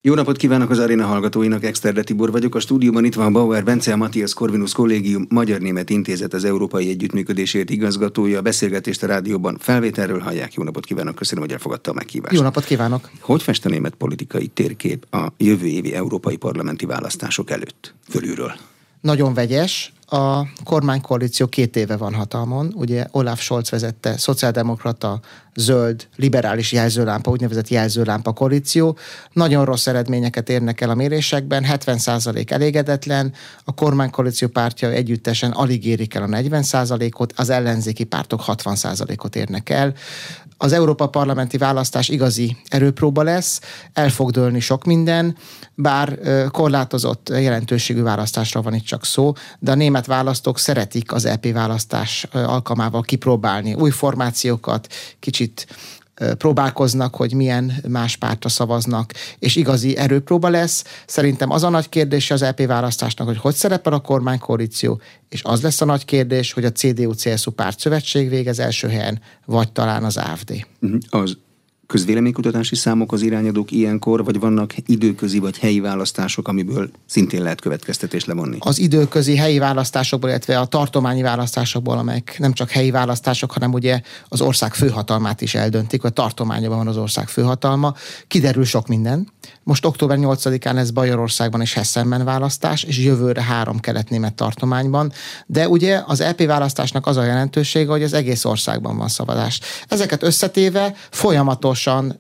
Jó napot kívánok az aréna hallgatóinak, Exterde Tibor vagyok. A stúdióban itt van Bauer Bence, a Matthias Corvinus Kollégium Magyar-Német Intézet az Európai Együttműködésért igazgatója. A beszélgetést a rádióban felvételről hallják. Jó napot kívánok, köszönöm, hogy elfogadta a meghívást. Jó napot kívánok! Hogy fest a német politikai térkép a jövő évi európai parlamenti választások előtt, fölülről? Nagyon vegyes. A kormánykoalíció 2 éve van hatalmon. Ugye Olaf Scholz vezette szociáldemokrata, zöld, liberális jelzőlámpa, úgynevezett jelzőlámpa koalíció. Nagyon rossz eredményeket érnek el a mérésekben, 70% elégedetlen, a kormánykoalíció pártja együttesen alig érik el a 40%-ot, az ellenzéki pártok 60%-ot érnek el. Az Európa parlamenti választás igazi erőpróba lesz, el fog dőlni sok minden, bár korlátozott jelentőségű választásra van itt csak szó, de a német választók szeretik az EP választás alkalmával kipróbálni új formációkat, kicsit próbálkoznak, hogy milyen más pártra szavaznak, és igazi erőpróba lesz. Szerintem az a nagy kérdés az EP választásnak, hogy szerepel a kormánykoalíció, és az lesz a nagy kérdés, hogy a CDU-CSU pártszövetség végez első helyen, vagy talán az AfD. Az közvéleménykutatási számok az irányadók ilyenkor, vagy vannak időközi vagy helyi választások, amiből szintén lehet következtetés levonni? Az időközi helyi választásokból, illetve a tartományi választásokból, amelyek nem csak helyi választások, hanem ugye az ország főhatalmát is eldöntik, vagy tartományban van az ország főhatalma, kiderül sok minden. Most október 8-án lesz Bajorországban és Hessenben választás, és jövőre 3 kelet-német tartományban, de ugye az EP választásnak az a jelentősége, hogy az egész országban van szavazás. Ezeket összetéve folyamatosan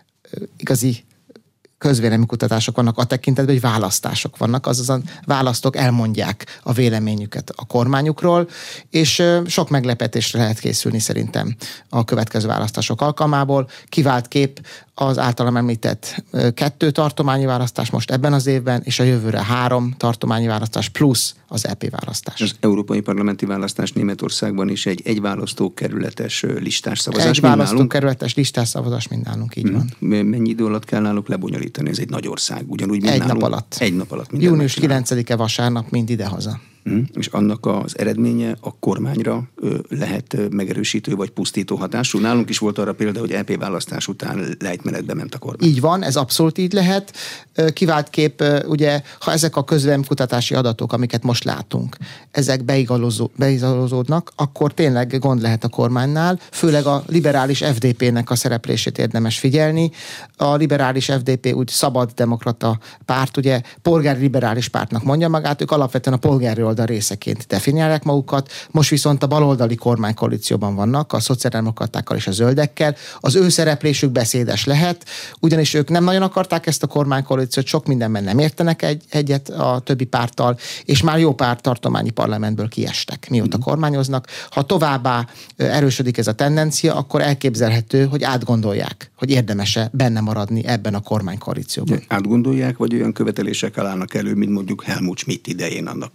igazi közvéleménykutatások vannak a tekintetben, hogy választások vannak, azaz a választók elmondják a véleményüket a kormányukról, és sok meglepetésre lehet készülni szerintem a következő választások alkalmából. Kivált kép az általam említett 2 tartományi választás most ebben az évben, és a jövőre 3 tartományi választás plusz az EP választás. Az európai parlamenti választás Németországban is egy választókerületes listás szavazás. Egy választókerületes listás szavazás, mint nálunk, így van. Mennyi idő alatt kell náluk lebonyolítani? Ez egy nagy ország, ugyanúgy, mint egy nálunk. Nap alatt. Egy nap alatt. Június 9-e vasárnap, mind idehaza. És annak az eredménye a kormányra lehet megerősítő vagy pusztító hatású. Nálunk is volt arra példa, hogy EP választás után lejtmenetbe ment a kormány. Így van, ez abszolút így lehet. Kivált kép, ugye, ha ezek a közvéleménykutatási adatok, amiket most látunk, ezek beigazolódnak, akkor tényleg gond lehet a kormánynál, főleg a liberális FDP-nek a szereplését érdemes figyelni. A liberális FDP úgy szabaddemokrata párt, ugye polgári liberális pártnak mondja magát, ők alapvetően a polgári oldal részeként definiálják magukat, most viszont a baloldali kormánykoalícióban vannak, a szociáldemokratákkal és a zöldekkel. Az ő szereplésük beszédes lehet, ugyanis ők nem nagyon akarták ezt a kormánykoalíciót, sok mindenben nem értenek egyet a többi párttal, és már jó pár tartományi parlamentből kiestek, mióta kormányoznak. Ha továbbá erősödik ez a tendencia, akkor elképzelhető, hogy átgondolják, hogy érdemese benne maradni ebben a kormánykoalícióban. Átgondolják, vagy olyan követelésekkel állnak elő, mint mondjuk Helmut Schmidt idején annak?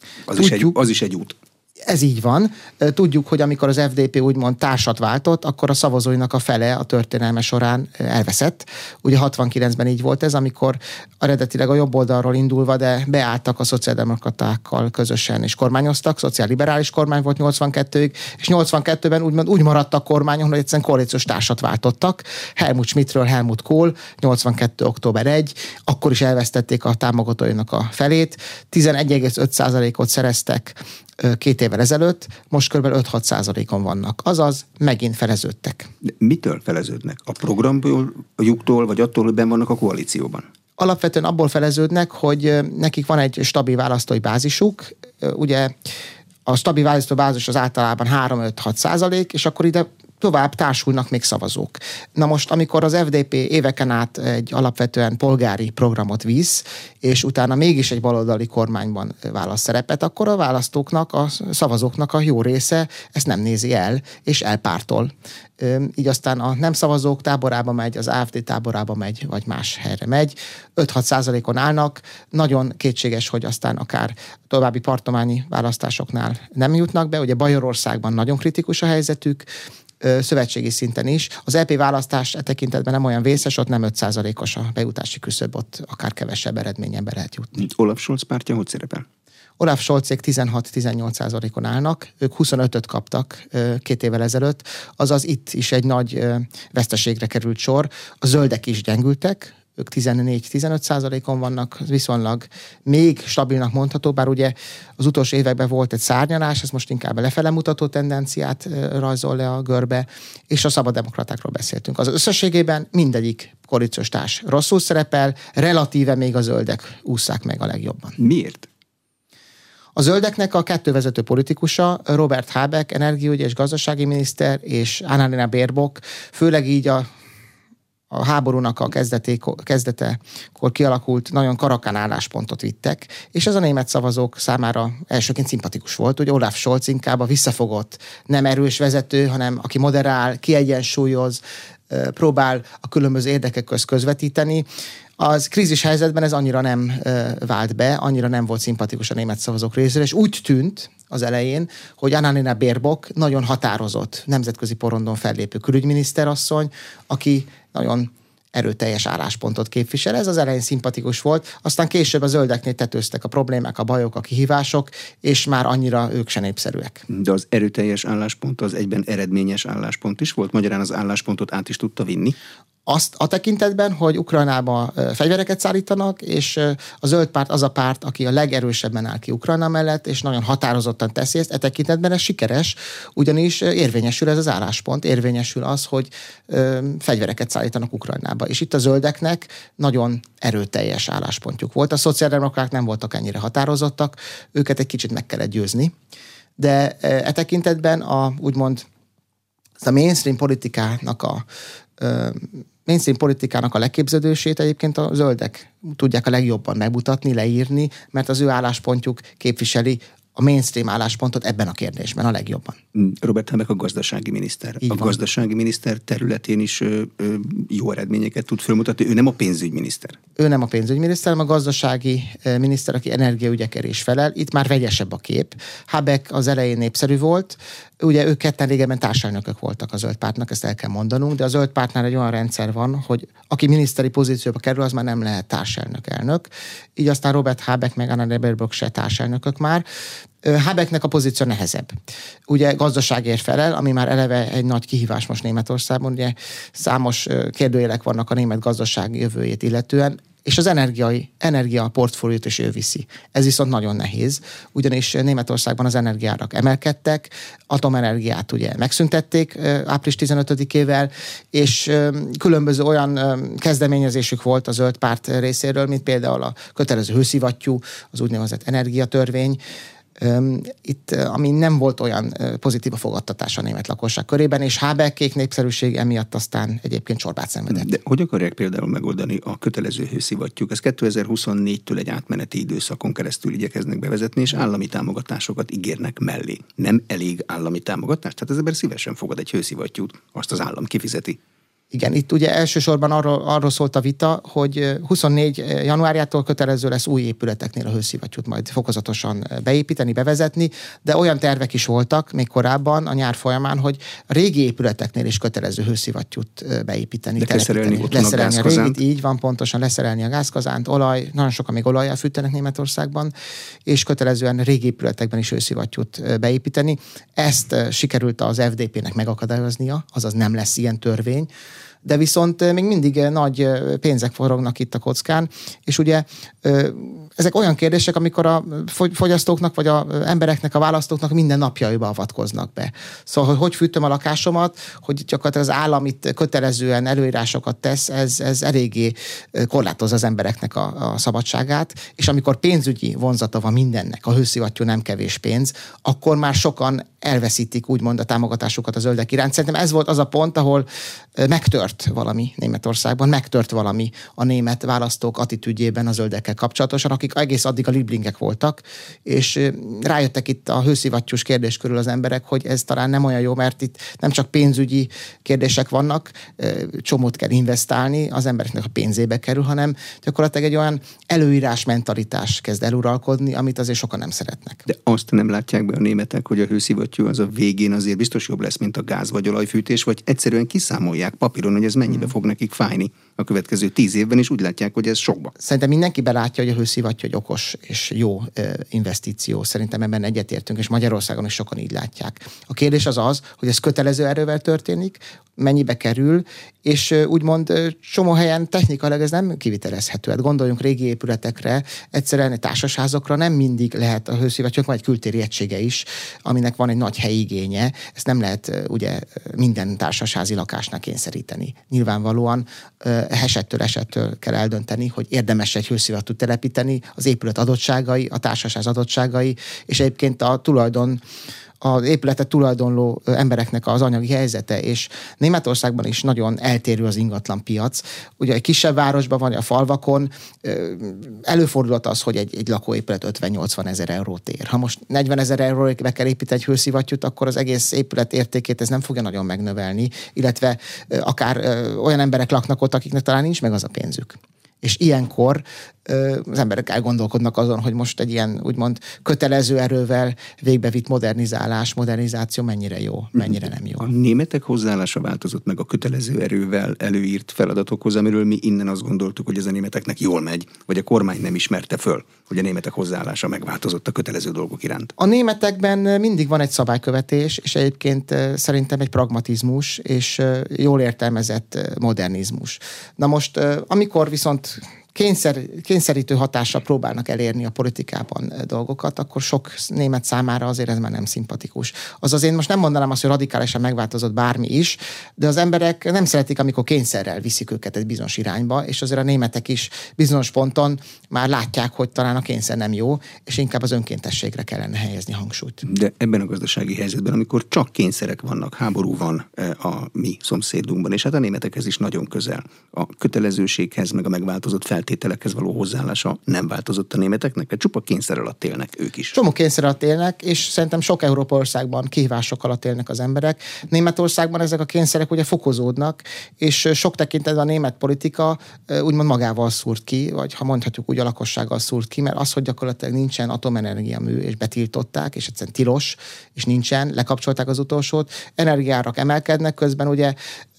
Az is egy út. Ez így van. Tudjuk, hogy amikor az FDP úgymond társat váltott, akkor a szavazóinak a fele a történelme során elveszett. Ugye 69-ben így volt ez, amikor eredetileg a jobb oldalról indulva, de beálltak a szociáldemokratákkal közösen és kormányoztak. Szociálliberális kormány volt 82-ig, és 82-ben úgy maradt a kormányon, hogy egyszerűen koalíciós társat váltottak. Helmut Schmidtről Helmut Kohl, 82. október 1, akkor is elvesztették a támogatóinak a felét. 11,5%-ot szereztek 2 évvel ezelőtt, most kb. 5-6%-on vannak. Azaz, megint feleződtek. De mitől feleződnek? A programjuktól, vagy attól, hogy benn vannak a koalícióban? Alapvetően abból feleződnek, hogy nekik van egy stabil választói bázisuk, ugye a stabil választói bázis az általában 3-5-6%, és akkor ide tovább társulnak még szavazók. Na most, amikor az FDP éveken át egy alapvetően polgári programot visz, és utána mégis egy baloldali kormányban választ szerepet, akkor a választóknak, a szavazóknak a jó része ezt nem nézi el, és elpártol. Így aztán a nem szavazók táborába megy, az AfD táborába megy, vagy más helyre megy. 5-6%-on állnak. Nagyon kétséges, hogy aztán akár további tartományi választásoknál nem jutnak be. Ugye Bajorországban nagyon kritikus a helyzetük, szövetségi szinten is. Az EP választás e tekintetben nem olyan vészes, ott nem 5%-os a bejutási küszöb, ott akár kevesebb eredményen be lehet jutni. Olaf Scholz pártja hogy szerepel? Olaf Scholzék 16-18%-on állnak, ők 25-öt kaptak 2 évvel ezelőtt, azaz itt is egy nagy veszteségre került sor. A zöldek is gyengültek, ők 14-15%-on vannak, viszonylag még stabilnak mondható, bár ugye az utolsó években volt egy szárnyalás, ez most inkább lefele mutató tendenciát rajzol le a görbe, és a szabaddemokratákról beszéltünk. Az összességében mindegyik koalíciós társ rosszul szerepel, relatíve még a zöldek ússzák meg a legjobban. Miért? A zöldeknek a kettő vezető politikusa, Robert Habeck, energiaügyi és gazdasági miniszter, és Annalena Baerbock, főleg így a háborúnak a kezdetekor kialakult nagyon karakán álláspontot vittek, és ez a német szavazók számára elsőként szimpatikus volt. Ugye Olaf Scholz inkább a visszafogott, nem erős vezető, hanem aki moderál, kiegyensúlyoz, próbál a különböző érdekek közt közvetíteni. Az krízis helyzetben ez annyira nem vált be, annyira nem volt szimpatikus a német szavazók részéről, és úgy tűnt az elején, hogy Annalena Baerbock nagyon határozott, nemzetközi porondon fellépő külügyminiszterasszony, aki nagyon erőteljes álláspontot képvisel. Ez az elején szimpatikus volt, aztán később a zöldeknél tetőztek a problémák, a bajok, a kihívások, és már annyira ők se népszerűek. De az erőteljes álláspont az egyben eredményes álláspont is volt? Magyarán az álláspontot át is tudta vinni? Azt a tekintetben, hogy Ukrajnába fegyvereket szállítanak, és a zöld párt az a párt, aki a legerősebben áll ki Ukrajna mellett, és nagyon határozottan teszi ezt, tekintetben ez sikeres, ugyanis érvényesül ez az álláspont, érvényesül az, hogy fegyvereket szállítanak Ukrajnába. És itt a zöldeknek nagyon erőteljes álláspontjuk volt. A szociáldemokraták nem voltak ennyire határozottak, őket egy kicsit meg kellett győzni, de tekintetben úgymond a mainstream politikának a leképződését egyébként a zöldek tudják a legjobban megmutatni, leírni, mert az ő álláspontjuk képviseli a mainstream álláspontot ebben a kérdésben a legjobban. Robert Habeck a gazdasági miniszter. Így a van. Gazdasági miniszter területén is jó eredményeket tud fölmutatni. Ő nem a pénzügyminiszter. Ő nem a pénzügyminiszter, hanem a gazdasági miniszter, aki energiaügyekért is felel. Itt már vegyesebb a kép. Habeck az elején népszerű volt. Ugye ők ketten régebben társelnökök voltak a zöld pártnak, ezt el kell mondanunk, de a zöld pártnál egy olyan rendszer van, hogy aki miniszteri pozícióba kerül, az már nem lehet társelnök-elnök. Így aztán Robert Habeck meg Annalena Baerbock se társelnökök már. Habecknek a pozíció nehezebb. Ugye gazdaságért felel, ami már eleve egy nagy kihívás most Németországban, ugye számos kérdőjelek vannak a német gazdaság jövőjét illetően, és az energia portfóliót is ő viszi. Ez viszont nagyon nehéz, ugyanis Németországban az energiárak emelkedtek, atomenergiát ugye megszüntették április 15-ével, és különböző olyan kezdeményezésük volt a zöld párt részéről, mint például a kötelező hőszivattyú, az úgynevezett energiatörvény, itt, ami nem volt olyan pozitív a fogadtatás a német lakosság körében, és Habeckék népszerűség emiatt aztán egyébként csorbát szenvedett. De hogy akarják például megoldani a kötelező hőszivattyúk? Ez 2024-től egy átmeneti időszakon keresztül igyekeznek bevezetni, és állami támogatásokat ígérnek mellé. Nem elég állami támogatás? Tehát az ember szívesen fogad egy hőszivattyút, azt az állam kifizeti. Igen, itt ugye elsősorban arról szólt a vita, hogy 24 januárjától kötelező lesz új épületeknél a hőszivattyút majd fokozatosan beépíteni, bevezetni, de olyan tervek is voltak még korábban a nyár folyamán, hogy a régi épületeknél is kötelező hőszivattyút beépíteni. De leszerelni a régit, így van, pontosan leszerelni a gázkazánt, olaj, nagyon sokan még olajjal fűtenek Németországban, és kötelezően régi épületekben is hőszivattyút beépíteni. Ezt sikerült az FDP-nek megakadályoznia, azaz nem lesz ilyen törvény, de viszont még mindig nagy pénzek forognak itt a kockán, és ugye ezek olyan kérdések, amikor a fogyasztóknak, vagy az embereknek, a választóknak minden napjaiba avatkoznak be. Szóval, hogy fűtöm a lakásomat, hogy gyakorlatilag az állam itt kötelezően előírásokat tesz, ez eléggé korlátozza az embereknek a szabadságát, és amikor pénzügyi vonzata van mindennek, a hőszivattyú nem kevés pénz, akkor már sokan elveszítik úgymond a támogatásukat a zöldek iránt. Szerintem ez volt az a pont, ahol megtört valami Németországban, megtört valami a német választók attitűdjében a zöldekkel kapcsolatosan, akik egész addig a lieblingek voltak, és rájöttek itt a hőszivattyús kérdés körül az emberek, hogy ez talán nem olyan jó, mert itt nem csak pénzügyi kérdések vannak, csomót kell investálni, az embereknek a pénzébe kerül, hanem gyakorlatilag egy olyan előírás mentalitás kezd eluralkodni, amit azért sokan nem szeretnek. De azt nem látják be a németek, hogy a hőszivattyú hőszivattyú az a végén azért biztos jobb lesz, mint a gáz vagy olajfűtés, vagy egyszerűen kiszámolják papíron, hogy ez mennyibe fog nekik fájni a következő 10 évben, és úgy látják, hogy ez sokba. Szerintem mindenki belátja, hogy a hőszivattyú egy okos és jó investíció. Szerintem ebben egyetértünk, és Magyarországon is sokan így látják. A kérdés az, hogy ez kötelező erővel történik, mennyibe kerül, és úgymond csomó helyen technikailag ez nem kivitelezhető. Hát gondoljunk régi épületekre, egyszerűen társasházakra nem mindig lehet a hőszivattyúnak, van egy kültéri egysége is, aminek van egy nagy helyigénye. Ezt nem lehet ugye minden társasházi lakásnak kényszeríteni. Nyilvánvalóan esettől kell eldönteni, hogy érdemes egy hőszivattyút telepíteni, az épület adottságai, a társasház adottságai, és egyébként az épületet tulajdonló embereknek az anyagi helyzete, és Németországban is nagyon eltérő az ingatlan piac. Ugye egy kisebb városban vagy a falvakon előfordulhat az, hogy egy lakóépület 50-80 ezer eurót ér. Ha most 40 ezer euróra be kell építeni egy hőszivattyút, akkor az egész épület értékét ez nem fogja nagyon megnövelni, illetve akár olyan emberek laknak ott, akiknek talán nincs meg az a pénzük. És ilyenkor az emberek elgondolkodnak azon, hogy most egy ilyen úgymond kötelező erővel végbevitt modernizáció mennyire jó, mennyire nem jó. A németek hozzáállása változott meg a kötelező erővel előírt feladatokhoz, amiről mi innen azt gondoltuk, hogy ez a németeknek jól megy, vagy a kormány nem ismerte föl, hogy a németek hozzáállása megváltozott a kötelező dolgok iránt. A németekben mindig van egy szabálykövetés, és egyébként szerintem egy pragmatizmus, és jól értelmezett modernizmus. Na most, amikor viszont kényszerítő hatással próbálnak elérni a politikában dolgokat, akkor sok német számára azért ez már nem szimpatikus. Azaz én most nem mondanám azt, hogy radikálisan megváltozott bármi is, de az emberek nem szeretik, amikor kényszerrel viszik őket egy bizonyos irányba, és azért a németek is bizonyos ponton már látják, hogy talán a kényszer nem jó, és inkább az önkéntességre kellene helyezni hangsúlyt. De ebben a gazdasági helyzetben, amikor csak kényszerek vannak, háború van a mi szomszédunkban, és hát a németekhez is nagyon közel. A kötelezőséghez, meg a megváltozott feltételekhez való hozzáállása nem változott a németeknek, mert csupa kényszer alatt élnek ők is. Csomó kényszer alatt élnek, és szerintem sok Európa országban kihívások alatt élnek az emberek. Németországban ezek a kényszerek ugye fokozódnak, és sok tekintetben a német politika úgymond magával szúrt ki, vagy ha mondhatjuk úgy, a lakossággal szúrt ki, mert az, hogy gyakorlatilag nincsen atomenergiamű, és betiltották, és egyszerűen tilos, és nincsen, lekapcsolták az utolsót, energiárak emelkednek, közben ugye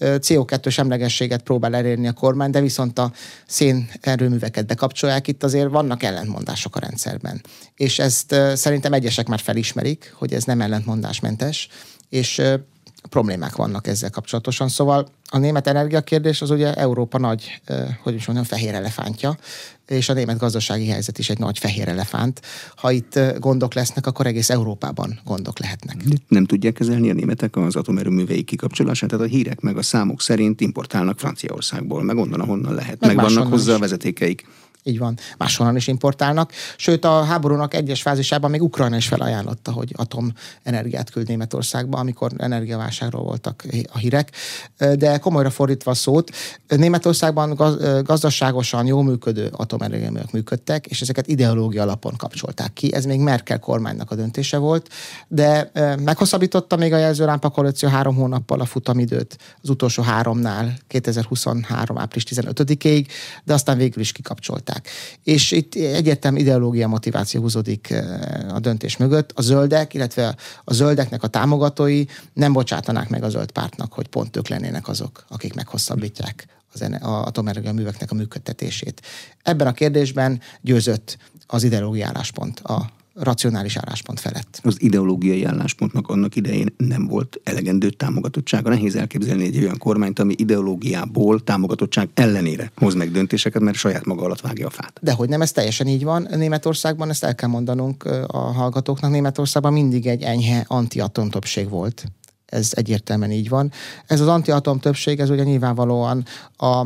CO2 semlegességet próbál elérni a kormány, de viszont a szénerőműveket bekapcsolják, itt azért vannak ellentmondások a rendszerben. És ezt szerintem egyesek már felismerik, hogy ez nem ellentmondásmentes, és problémák vannak ezzel kapcsolatosan. Szóval a német energiakérdés az ugye Európa nagy, fehér elefántja, és a német gazdasági helyzet is egy nagy fehér elefánt. Ha itt gondok lesznek, akkor egész Európában gondok lehetnek. Nem tudják kezelni a németek az atomerőműveik kikapcsolását, tehát a hírek meg a számok szerint importálnak Franciaországból, meg onnan, ahonnan lehet. Meg vannak hozzá a vezetékeik. Így van. Máshonnan is importálnak. Sőt, a háborúnak egyes fázisában még Ukrajna is felajánlotta, hogy atomenergiát küld Németországba, amikor energiaválságról voltak a hírek. De komolyra fordítva a szót, Németországban gazdaságosan jól működő atomerőművek működtek, és ezeket ideológia alapon kapcsolták ki. Ez még Merkel kormánynak a döntése volt, de meghosszabbította még a jelzőlámpa koalíció 3 hónappal a futamidőt az utolsó 3-nál 2023. április 15-ig, de aztán végül is kikapcsolták. És itt egyértelmű ideológia motiváció húzódik a döntés mögött. A zöldek, illetve a zöldeknek a támogatói nem bocsátanák meg a zöld pártnak, hogy pont ők lennének azok, akik meghosszabbítják az atomerőműveknek a működtetését. Ebben a kérdésben győzött az ideológiai álláspont a racionális álláspont felett. Az ideológiai álláspontnak annak idején nem volt elegendő támogatottsága. Nehéz elképzelni egy olyan kormányt, ami ideológiából támogatottság ellenére hoz meg döntéseket, mert saját maga alatt vágja a fát. Dehogy nem, ez teljesen így van. Németországban ezt el kell mondanunk a hallgatóknak. Németországban mindig egy enyhe anti-atom többség volt. Ez egyértelműen így van. Ez az anti-atom többség, ez ugye nyilvánvalóan a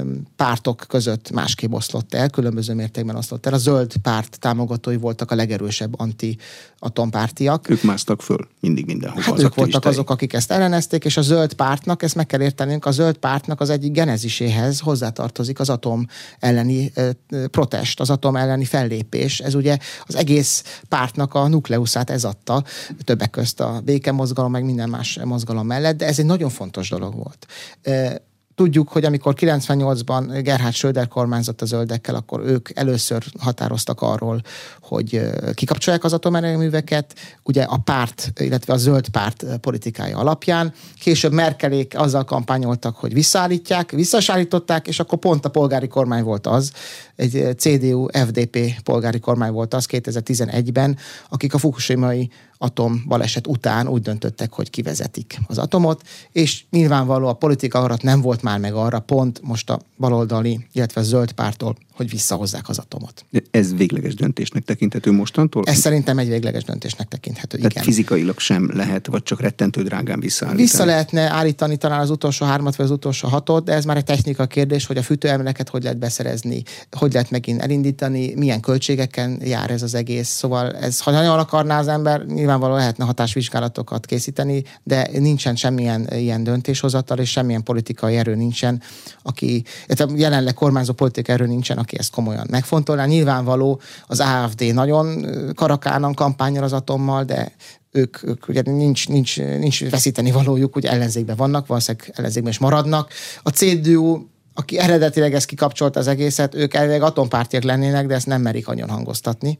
pártok között másképp oszlott el, különböző mértékben oszlott el. A zöld párt támogatói voltak a legerősebb anti-atompártiak. Ők másztak föl mindig mindenhol. Hát ők voltak azok, akik ezt ellenezték, és a zöld pártnak, ezt meg kell értenünk, a zöld pártnak az egyik geneziséhez hozzátartozik az atom elleni protest, az atom elleni fellépés. Ez ugye az egész pártnak a nukleuszát ez adta, többek közt a békemozgalom, meg minden más mozgalom mellett, de ez egy nagyon fontos dolog volt. Tudjuk, hogy amikor 98-ban Gerhard Schröder kormányzott a zöldekkel, akkor ők először határoztak arról, hogy kikapcsolják az atomerőműveket, ugye a párt, illetve a zöld párt politikája alapján. Később Merkelék azzal kampányoltak, hogy visszasállították, és akkor pont a polgári kormány volt az, egy CDU-FDP polgári kormány volt az 2011-ben, akik a fukushimai atombaleset után úgy döntöttek, hogy kivezetik az atomot, és nyilvánvaló a politika akarat nem volt már meg arra, pont most a baloldali, illetve a zöld pártól, hogy visszahozzák az atomot. De ez végleges döntésnek tekinthető mostantól? Ez szerintem egy végleges döntésnek tekinthető, tehát igen. fizikailag sem lehet, vagy csak rettentő drágán visszaállítani? Vissza lehetne állítani talán az utolsó 3 vagy az utolsó 6, de ez már egy technika kérdés, hogy a fűtőelemeket hogy lehet beszerezni, hogy lehet megint elindítani, milyen költségeken jár ez az egész. Szóval ez, ha nagyon akarná az ember, nyilvánvalóan lehetne hatásvizsgálatokat készíteni, de nincsen semmilyen ilyen döntéshozatal, és semmilyen politikai erő nincsen, aki jelenleg kormányzó politikai erő nincsen, aki ezt komolyan megfontolná. Nyilvánvaló az AfD nagyon karakánan kampányol az atommal, de ők ugye nincs veszíteni valójuk, ugye ellenzékben vannak, valószínűleg ellenzékben is maradnak. A CDU, aki eredetileg ezt kikapcsolta az egészet, ők elvileg atompártiak lennének, de ezt nem merik nagyon hangoztatni,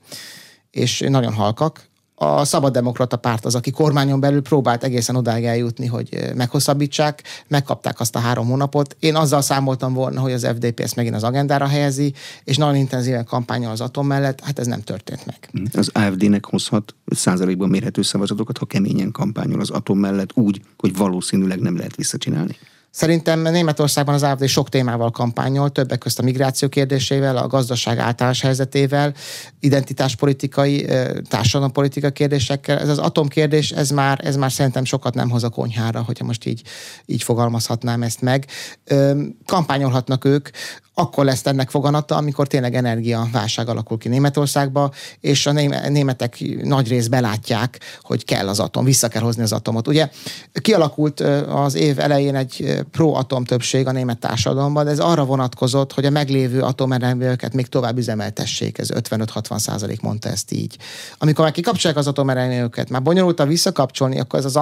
és nagyon halkak. A Szabaddemokrata Párt az, aki kormányon belül próbált egészen odáig eljutni, hogy meghosszabbítsák, megkapták azt a 3 hónapot. Én azzal számoltam volna, hogy az FDP ezt megint az agendára helyezi, és nagyon intenzíven kampányol az atom mellett, hát ez nem történt meg. Az AfD-nek hozhat 5%-ban mérhető szavazatokat, ha keményen kampányol az atom mellett úgy, hogy valószínűleg nem lehet visszacsinálni? Szerintem Németországban az AfD sok témával kampányol, többek közt a migráció kérdésével, a gazdaság általános helyzetével, identitáspolitikai, társadalompolitikai kérdésekkel. Ez az atomkérdés, ez már szerintem sokat nem hoz a konyhára, hogyha most így fogalmazhatnám ezt meg. Kampányolhatnak ők, akkor lesz ennek foganata, amikor tényleg energiaválság alakul ki Németországba, és a németek nagy rész belátják, hogy kell az atom, vissza kell hozni az atomot. Ugye kialakult az év elején egy pro-atom többség a német társadalomban, de ez arra vonatkozott, hogy a meglévő atomerőműveket még tovább üzemeltessék, ez 55-60% mondta ezt így. Amikor már kikapcsolják az atomerőműveket, már bonyolultabb visszakapcsolni, akkor ez az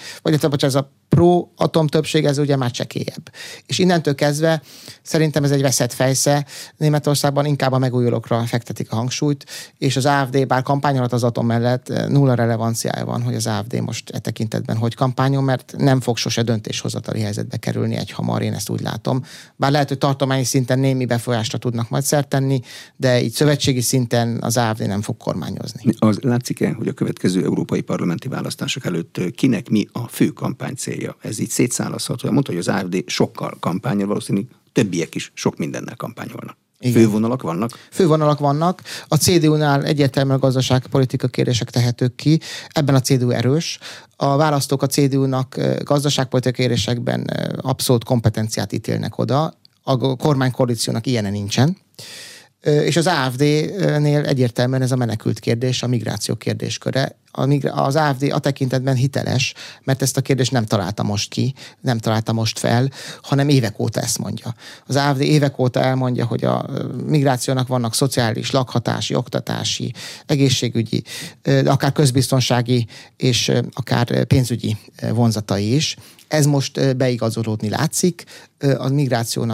ez a pro-atom többség, ez ugye már csekélyebb. És innentől kezdve szerintem ez egy veszett fejsze. Németországban inkább a megújulókra fektetik a hangsúlyt, és az AfD bár kampányolhat az atom mellett, nulla relevanciája van, hogy az AfD most e tekintetben hogy kampányol, mert nem fog sose döntéshozatali helyzetbe kerülni egyhamar, én ezt úgy látom. Bár lehet, hogy tartományi szinten némi befolyásra tudnak majd szert tenni, de így szövetségi szinten az AfD nem fog kormányozni. Az látszik-e, hogy a következő európai parlamenti választások előtt kinek mi a fő kampány célja? Ez így szétszállazható. Mondta, hogy az AfD sokkal kampányol, valószínűleg többiek is sok mindennel kampányolnak. Igen. Fővonalak vannak? Fővonalak vannak. A CDU-nál egyértelműen a gazdaságpolitika kérdések tehetők ki. Ebben a CDU erős. A választók a CDU-nak gazdaságpolitikai kérdésekben abszolút kompetenciát ítélnek oda. A kormánykoalíciónak ilyene nincsen. És az AfD-nél egyértelműen ez a menekült kérdés, a migráció kérdésköre. Az AfD a tekintetben hiteles, mert ezt a kérdést nem találta most ki, nem találta most fel, hanem évek óta ezt mondja. Az AfD évek óta elmondja, hogy a migrációnak vannak szociális, lakhatási, oktatási, egészségügyi, akár közbiztonsági és akár pénzügyi vonzatai is. Ez most beigazolódni látszik. A migráció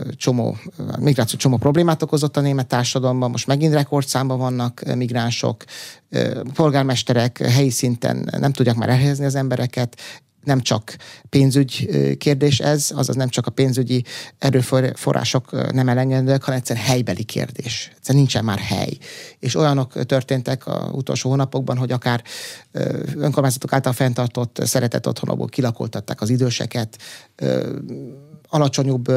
csomó problémát okozott a német társadalomban, most megint rekordszámban vannak migránsok, polgármesterek helyi szinten nem tudják már elhelyezni az embereket, nem csak pénzügy kérdés ez, azaz nem csak a pénzügyi erőforrások nem elengedőek, hanem egyszerűen helybeli kérdés. Egyszerűen nincsen már hely. És olyanok történtek az utolsó hónapokban, hogy akár önkormányzatok által fenntartott szeretett otthonokból kilakoltatták az időseket, alacsonyabb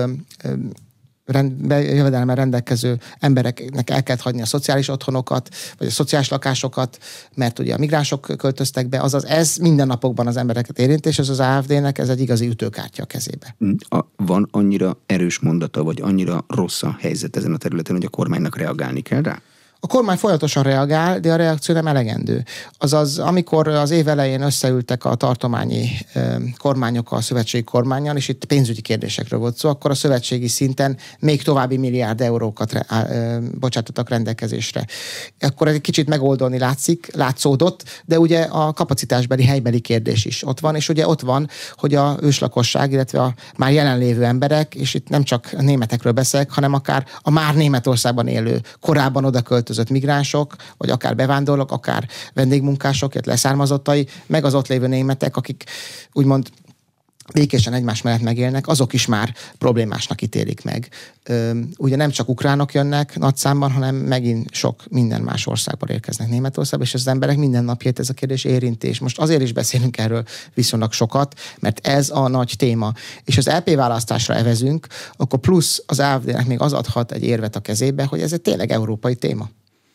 jövedelemmel rendelkező embereknek el kellett hagyni a szociális otthonokat, vagy a szociális lakásokat, mert ugye a migránsok költöztek be, azaz ez mindennapokban az embereket érint, és ez az AfD-nek ez egy igazi ütőkártya a kezébe. Van annyira erős mondata, vagy annyira rossz a helyzet ezen a területen, hogy a kormánynak reagálni kell rá? A kormány folyamatosan reagál, de a reakció nem elegendő. Azaz, amikor az év elején összeültek a tartományi kormányok a szövetségi kormánnyal, és itt pénzügyi kérdésekről volt szó, akkor a szövetségi szinten még további milliárd eurókat bocsátottak rendelkezésre. Akkor egy kicsit megoldani látszódott, de ugye a kapacitásbeli, helybeli kérdés is ott van, és ugye ott van, hogy a őslakosság, illetve a már jelenlévő emberek, és itt nem csak németekről beszélek, hanem akár a már Németországban élő, korábban oda költözött migránsok, vagy akár bevándorlók, akár vendégmunkások, illetve leszármazottai, meg az ott lévő németek, akik úgymond békésen egymás mellett megélnek, azok is már problémásnak ítélik meg. Ugye nem csak ukránok jönnek nagy számban, hanem megint sok minden más országból érkeznek Németországba, és az emberek mindennapjait ez a kérdés érinti. És most azért is beszélünk erről viszonylag sokat, mert ez a nagy téma. És az LP választásra evezünk, akkor plusz az AfD-nek még az adhat egy érvet a kezébe, hogy ez egy tényleg európai téma.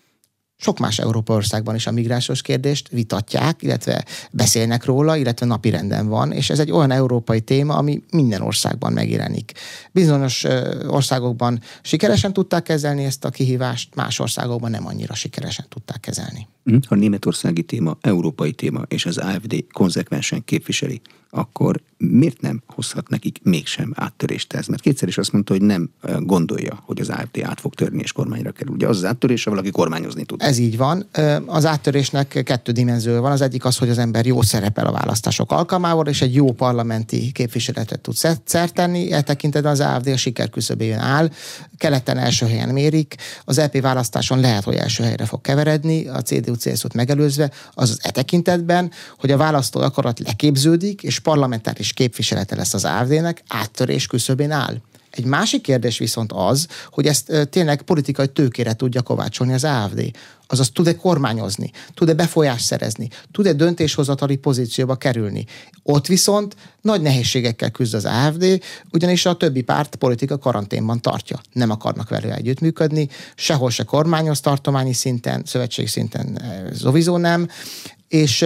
Sok más európai országban is a migrációs kérdést vitatják, illetve beszélnek róla, illetve napirenden van, és ez egy olyan európai téma, ami minden országban megjelenik. Bizonyos országokban sikeresen tudták kezelni ezt a kihívást, más országokban nem annyira sikeresen tudták kezelni. Ha németországi téma, európai téma, és az AfD konzekvensen képviseli, akkor miért nem hozhat nekik mégsem áttörést ez? Mert kétszer is azt mondta, hogy nem gondolja, hogy az AfD át fog törni és kormányra kerül. Ugye az áttörés, ha valaki kormányozni tud. Ez így van. Az áttörésnek kettő dimenziója van. Az egyik az, hogy az ember jó szerepel a választások alkalmával, és egy jó parlamenti képviseletet tud szert tenni. E tekintetben az AfD a siker küszöbén áll. Keleten első helyen mérik. Az EP választáson lehet, hogy első helyre fog keveredni, a CDU-CSU-t megelőzve. Az e tekintetben, hogy a választó akarat leképződik, és parlamentáris képviselete lesz az AfD-nek, áttörés küszöbén áll. Egy másik kérdés viszont az, hogy ezt tényleg politikai tőkére tudja kovácsolni az AfD. Azaz tud-e kormányozni, tud-e befolyást szerezni, tud-e döntéshozatali pozícióba kerülni. Ott viszont nagy nehézségekkel küzd az AfD, ugyanis a többi párt politika karanténban tartja. Nem akarnak vele együttműködni, sehol se kormányoz tartományi szinten, szövetségi szinten sowieso nem, és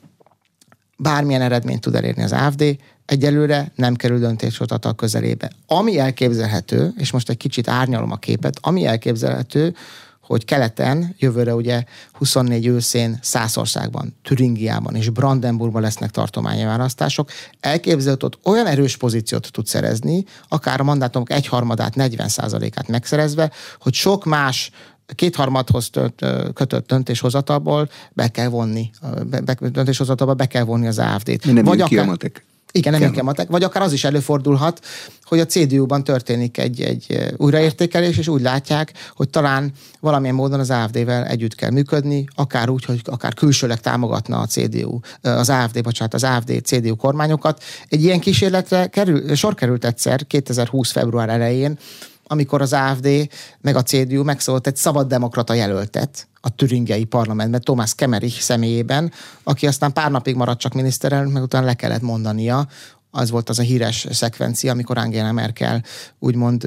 bármilyen eredményt tud elérni az AfD, egyelőre nem kerül döntéshozatal közelébe. Ami elképzelhető, és most egy kicsit árnyalom a képet, ami elképzelhető, hogy keleten, jövőre ugye 24 őszén Szászországban, Türingiában és Brandenburgban lesznek tartományi választások, elképzelhető, hogy olyan erős pozíciót tud szerezni, akár a mandátumok 1/3-át, 40%-át megszerezve, hogy sok más kétharmadhoz kötött döntéshozatalból be kell vonni, döntéshozatalba be kell vonni az AfD-t. Nem vagy akár, matek. Igen, nem matek. Vagy akár az is előfordulhat, hogy a CDU-ban történik egy újraértékelés, és úgy látják, hogy talán valamilyen módon az AfD-vel együtt kell működni, akár úgy, hogy akár külsőleg támogatna a az AfD-CDU kormányokat. Egy ilyen kísérletre sor került egyszer 2020. február elején, amikor az AfD meg a CDU megszólalt egy szabaddemokrata jelöltet a türingiai parlamentben, Thomas Kemmerich személyében, aki aztán pár napig maradt csak miniszterelnök, meg utána le kellett mondania. Az volt az a híres szekvencia, amikor Angela Merkel úgymond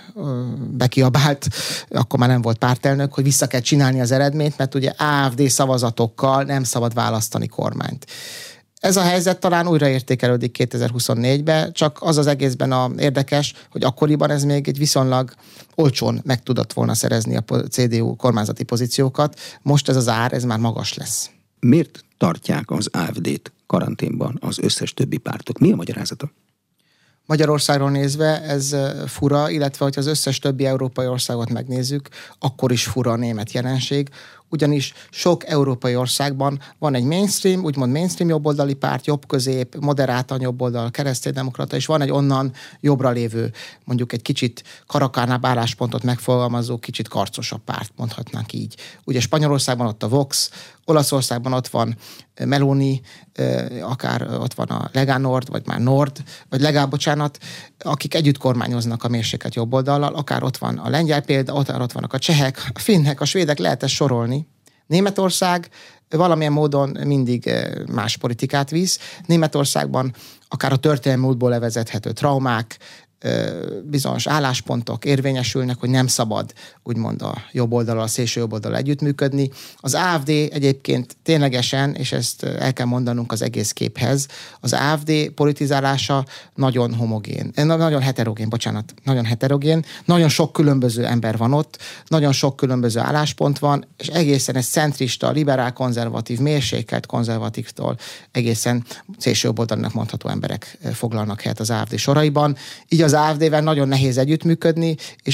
bekiabált, akkor már nem volt pártelnök, hogy vissza kell csinálni az eredményt, mert ugye AfD szavazatokkal nem szabad választani kormányt. Ez a helyzet talán újraértékelődik 2024-ben, csak az egészben érdekes, hogy akkoriban ez még egy viszonylag olcsón meg tudott volna szerezni a CDU kormányzati pozíciókat. Most ez az ár, ez már magas lesz. Miért tartják az AfD-t karanténban az összes többi pártok? Mi a magyarázata? Magyarországról nézve ez fura, illetve hogy az összes többi európai országot megnézzük, akkor is fura a német jelenség, ugyanis sok európai országban van egy mainstream, úgymond mainstream jobboldali párt, jobb-közép, moderátan jobboldal, kereszténydemokrata, és van egy onnan jobbra lévő, mondjuk egy kicsit karakárnább álláspontot megfogalmazó, kicsit karcosabb párt, mondhatnánk így. Ugye Spanyolországban ott a Vox, Olaszországban ott van Meloni, akár ott van a Lega Nord, vagy már Nord, vagy Lega, bocsánat, akik együtt kormányoznak a mérsékelt jobboldallal, akár ott van a lengyel példa, ott vannak a csehek, a finnek, a svédek, lehet ezt sorolni. Németország valamilyen módon mindig más politikát visz. Németországban akár a történelmi múltból levezethető traumák, bizonyos álláspontok érvényesülnek, hogy nem szabad úgymond a jobb oldalal, a szélső jobb oldalal együttműködni. Az AfD egyébként ténylegesen, és ezt el kell mondanunk az egész képhez, az AfD politizálása nagyon homogén, nagyon heterogén, nagyon sok különböző ember van ott, nagyon sok különböző álláspont van, és egészen ez centrista, liberál, konzervatív, mérsékelt konzervatívtól egészen szélső jobb oldalnak mondható emberek foglalnak helyet az AfD soraiban. Így az AfD-vel nagyon nehéz együttműködni, és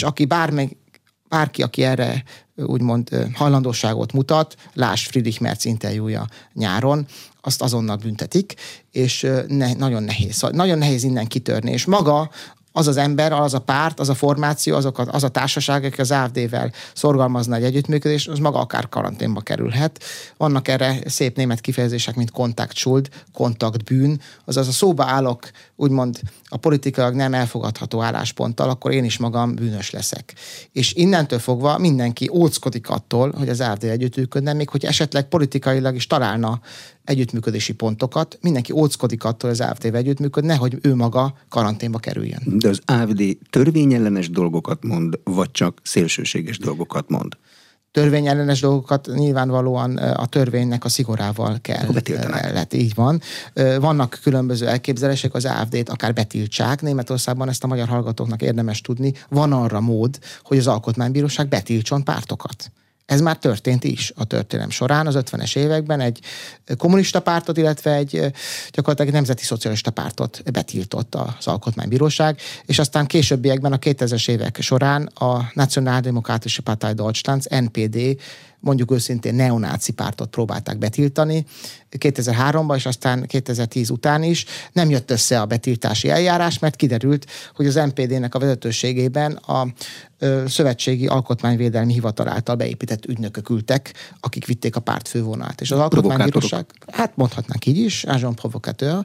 bárki, aki erre úgymond hajlandóságot mutat, lásd Friedrich Merz interjúja nyáron, azt azonnal büntetik, és nagyon nehéz. Szóval nagyon nehéz innen kitörni, és maga az az ember, az a párt, az a formáció, az a társaság, aki az AfD-vel szorgalmazna egy együttműködés, az maga akár karanténba kerülhet. Vannak erre szép német kifejezések, mint Kontaktschuld, kontaktbűn, azaz a szóba állok, úgymond a politikailag nem elfogadható állásponttal, akkor én is magam bűnös leszek. És innentől fogva mindenki óckodik attól, hogy az AfD együttműködne, még hogy esetleg politikailag is találna együttműködési pontokat, mindenki óckodik attól, hogy az AfD-vel együttműködne, hogy ő maga karanténba kerüljön. De az AfD törvényellenes dolgokat mond, vagy csak szélsőséges dolgokat mond? Törvényellenes dolgokat nyilvánvalóan a törvénynek a szigorával kell. Így van. Vannak különböző elképzelések, az AfD-t akár betiltsák. Németországban ezt a magyar hallgatóknak érdemes tudni. Van arra mód, hogy az Alkotmánybíróság betiltson pártokat. Ez már történt is a történelem során. Az 50-es években egy kommunista pártot, illetve egy gyakorlatilag nemzeti szocialista pártot betiltott az Alkotmánybíróság, és aztán későbbiekben a 2000-es évek során a Nationaldemokratische Partei Deutschlands, NPD, mondjuk őszintén neonáci pártot próbálták betiltani 2003-ban, és aztán 2010 után is. Nem jött össze a betiltási eljárás, mert kiderült, hogy az NPD-nek a vezetőségében a Szövetségi Alkotmányvédelmi Hivatal által beépített ügynökök ültek, akik vitték a párt fővonalát. És az Alkotmánybíróság, hát mondhatnánk így is, agent provocateur,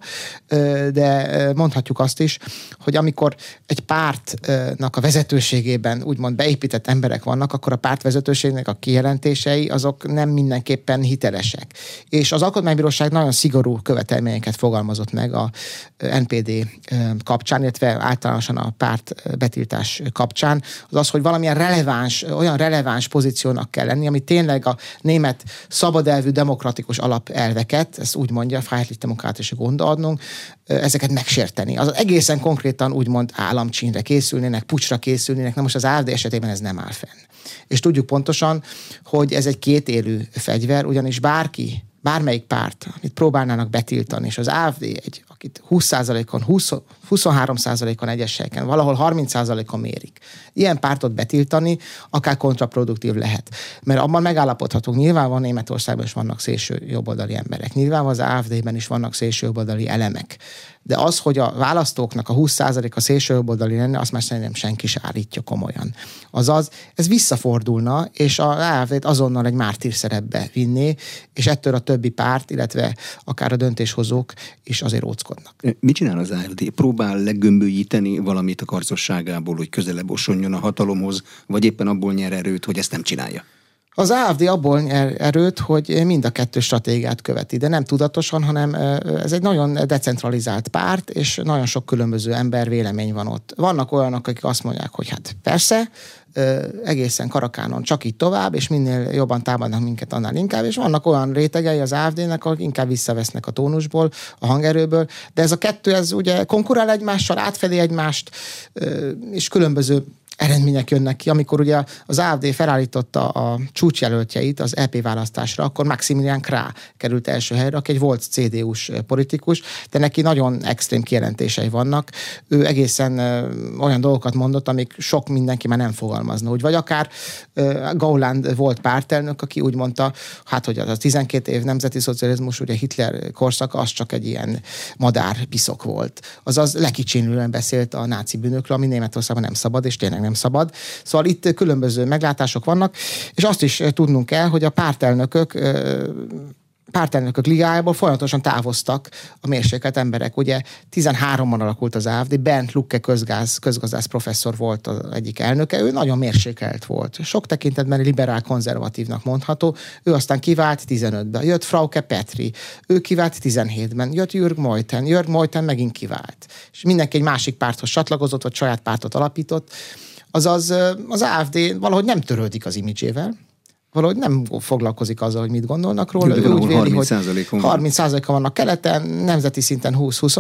de mondhatjuk azt is, hogy amikor egy pártnak a vezetőségében úgymond beépített emberek vannak, akkor a párt vezetőségnek a kijelentései azok nem mindenképpen hitelesek. És az Alkotmánybíróság nagyon szigorú követelményeket fogalmazott meg a NPD kapcsán, illetve általánosan a párt betiltás kapcsán, az, hogy valamilyen olyan releváns pozíciónak kell lenni, ami tényleg a német szabadelvű demokratikus alapelveket, ezt úgy mondja, freiheitlich-demokratische Grundordnung, ezeket megsérteni. Az egészen konkrétan úgymond államcsínre készülnének, puccsra készülnének, na most az AfD esetében ez nem áll fenn. És tudjuk pontosan, hogy ez egy kétélű fegyver, ugyanis bármelyik párt, amit próbálnának betiltani, és az AfD akit 20%-on, 23%-on egyes helyeken, valahol 30%-on mérik. Ilyen pártot betiltani akár kontraproduktív lehet. Mert abban megállapodhatunk, nyilván Németországban is vannak szélső jobboldali emberek, nyilván az AfD-ben is vannak szélső jobboldali elemek. De az, hogy a választóknak a 20%-a szélső jobboldali lenne, azt már szerintem senki se állítja komolyan. Azaz, ez visszafordulna, és az AfD-t azonnal egy mártír szerepbe vinné, és ettől a többi párt, illetve akár a döntéshozók is azért óckodnak. Mit csinál az AfD? Próbál legömbölyíteni valamit a karcosságából, hogy közelebb osonjon a hatalomhoz, vagy éppen abból nyer erőt, hogy ezt nem csinálja? Az AfD abból nyer erőt, hogy mind a kettő stratégiát követi, de nem tudatosan, hanem ez egy nagyon decentralizált párt, és nagyon sok különböző ember vélemény van ott. Vannak olyanok, akik azt mondják, hogy hát persze, egészen Karakánon csak így tovább, és minél jobban támadnak minket, annál inkább, és vannak olyan rétegei az AfD-nek, akik inkább visszavesznek a tónusból, a hangerőből, de ez a kettő, ez ugye konkurál egymással, átfedi egymást, és különböző eredmények jönnek ki. Amikor ugye az AfD felállította a csúcsjelöltjeit az EP választásra, akkor Maximilian Krah került első helyre, aki egy volt CDU-s politikus, de neki nagyon extrém kijelentései vannak. Ő egészen olyan dolgokat mondott, amik sok mindenki már nem fogalmazna. Vagy akár Gauland volt pártelnök, aki úgy mondta, hát hogy az 12 év nemzeti szocializmus, ugye Hitler korszaka, az csak egy ilyen madárpiszok volt. Azaz lekicsinlően beszélt a náci bűnökről, ami Németországban nem szabad, és tényleg nem szabad. Szóval itt különböző meglátások vannak, és azt is tudnunk kell, hogy a pártelnökök pártelnökök ligájából folyamatosan távoztak a mérsékelt emberek. Ugye 13-ban alakult az AfD, Bernd Lucke közgazdász professzor volt az egyik elnöke, ő nagyon mérsékelt volt. Sok tekintetben liberál-konzervatívnak mondható, ő aztán kivált 15-ben. Jött Frauke Petri, ő kivált 17-ben. Jött Jörg Meuthen megint kivált. És mindenki egy másik párthoz csatlakozott, vagy saját pártot alapított. Azaz az AfD valahogy nem törődik az imidzsével, valahogy nem foglalkozik azzal, hogy mit gondolnak róla. Ő úgy véli, hogy 30%-on vannak keleten, nemzeti szinten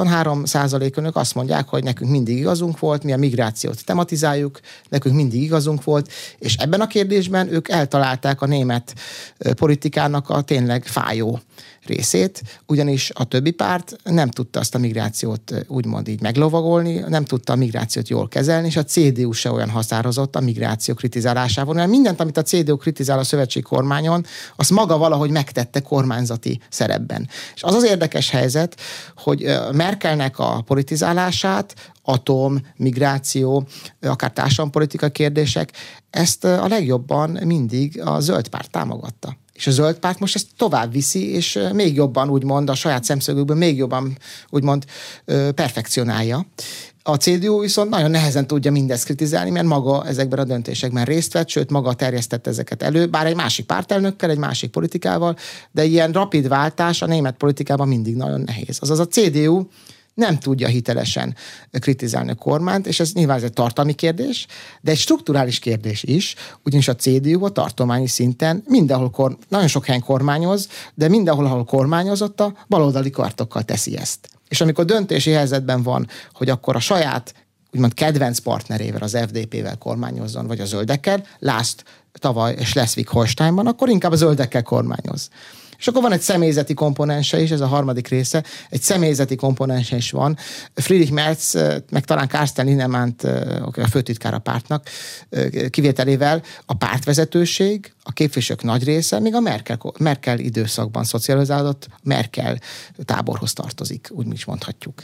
20-23%, önök azt mondják, hogy nekünk mindig igazunk volt, mi a migrációt tematizáljuk, nekünk mindig igazunk volt, és ebben a kérdésben ők eltalálták a német politikának a tényleg fájó részét, ugyanis a többi párt nem tudta azt a migrációt úgymond így meglovagolni, nem tudta a migrációt jól kezelni, és a CDU se olyan határozott a migráció kritizálásával, mert mindent, amit a CDU kritizál a szövetségi kormányon, azt maga valahogy megtette kormányzati szerepben. És az az érdekes helyzet, hogy Merkelnek a politizálását, atom, migráció, akár társadalompolitika kérdések, ezt a legjobban mindig a zöld párt támogatta. És a zöld párt most ezt tovább viszi, és még jobban, úgymond, a saját szemszögükből még jobban, úgymond, perfekcionálja. A CDU viszont nagyon nehezen tudja mindezt kritizálni, mert maga ezekben a döntésekben részt vett, sőt, maga terjesztette ezeket elő, bár egy másik pártelnökkel, egy másik politikával, de ilyen rapid váltás a német politikában mindig nagyon nehéz. Azaz a CDU nem tudja hitelesen kritizálni a kormányt, és ez nyilván egy tartalmi kérdés, de egy strukturális kérdés is, ugyanis a CDU a tartományi szinten mindenhol nagyon sok helyen kormányoz, de mindenhol, ahol kormányozott, a baloldali kartokkal teszi ezt. És amikor döntési helyzetben van, hogy akkor a saját úgymond kedvenc partnerével, az FDP-vel kormányozzon, vagy a zöldekkel, lásd tavaly Schleswig-Holsteinban, akkor inkább a zöldekkel kormányoz. És akkor van egy személyzeti komponense is, ez a harmadik része, egy személyzeti komponense is van. Friedrich Merz, meg talán Carsten Linnemann, a főtitkár a pártnak kivételével a pártvezetőség, a képviselők nagy része, még a Merkel időszakban szocializálódott Merkel táborhoz tartozik, úgy is mondhatjuk.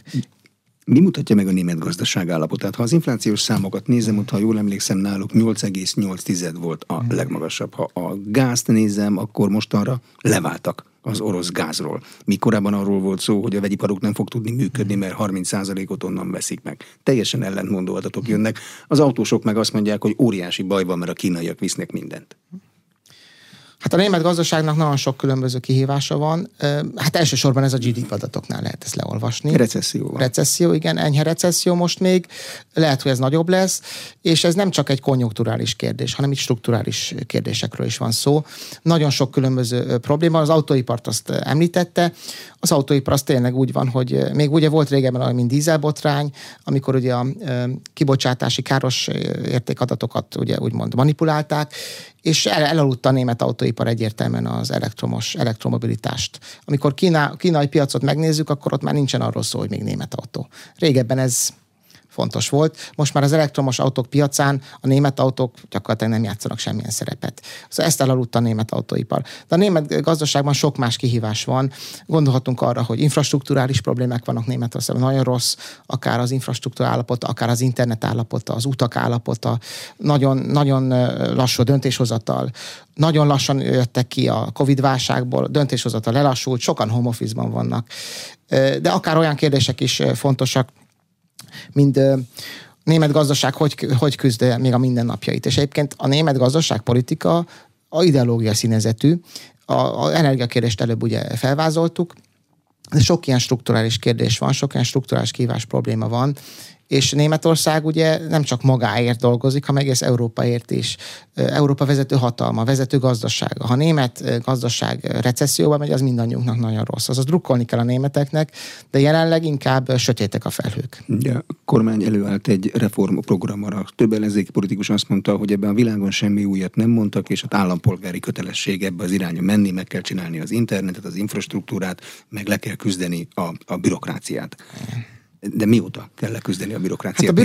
Mi mutatja meg a német gazdaság állapotát? Ha az inflációs számokat nézem, ott, ha jól emlékszem, náluk 8,8 volt a legmagasabb. Ha a gázt nézem, akkor mostanra leváltak az orosz gázról. Mi korábban arról volt szó, hogy a vegyiparuk nem fog tudni működni, mert 30%-ot onnan veszik meg. Teljesen ellentmondó adatok jönnek. Az autósok meg azt mondják, hogy óriási baj van, mert a kínaiak visznek mindent. Hát a német gazdaságnak nagyon sok különböző kihívása van. Hát elsősorban ez a GDP adatoknál lehet ezt leolvasni. Recesszió, igen, enyhe recesszió most még. Lehet, hogy ez nagyobb lesz, és ez nem csak egy konjunkturális kérdés, hanem itt strukturális kérdésekről is van szó. Nagyon sok különböző probléma. Az autóipart azt említette. Az autóipar az tényleg úgy van, hogy még ugye volt régebben, mint dízelbotrány, amikor ugye a kibocsátási káros értékadatokat ugye úgymond manipulálták, és elaludta a német autóipar egyértelműen az elektromobilitást. Amikor kínai piacot megnézzük, akkor ott már nincsen arról szó, hogy még német autó. Régebben ez fontos volt. Most már az elektromos autók piacán a német autók gyakorlatilag nem játszanak semmilyen szerepet. Szóval ezt elaludta a német autóipar. De a német gazdaságban sok más kihívás van. Gondolhatunk arra, hogy infrastrukturális problémák vannak Németországban, nagyon rossz, akár az infrastruktúra állapota, akár az internet állapota, az utak állapota, nagyon, nagyon lassú döntéshozatal. Nagyon lassan jöttek ki a Covid-válságból, döntéshozatal lelassult, sokan home office-ban vannak. De akár olyan kérdések is fontosak, mint a német gazdaság hogy küzd még a mindennapjait. És egyébként a német gazdaságpolitika a ideológia színezetű. A energiakérdést előbb ugye felvázoltuk, de sok ilyen strukturális kérdés van, sok ilyen strukturális kihívás probléma van, és Németország ugye nem csak magáért dolgozik, hanem egész Európaért is. Európa vezető hatalma, vezető gazdasága. Ha a német gazdaság recesszióba megy, az mindannyiunknak nagyon rossz. Azaz drukkolni kell a németeknek, de jelenleg inkább sötétek a felhők. Ja, a kormány előállt egy reformprogramra. Több ellenzéki politikus azt mondta, hogy ebben a világon semmi újat nem mondtak, és az állampolgári kötelesség ebbe az irányba menni, meg kell csinálni az internetet, az infrastruktúrát, meg le kell küzdeni a bürokráciát. De mióta kell leküzdeni a bürokráciát?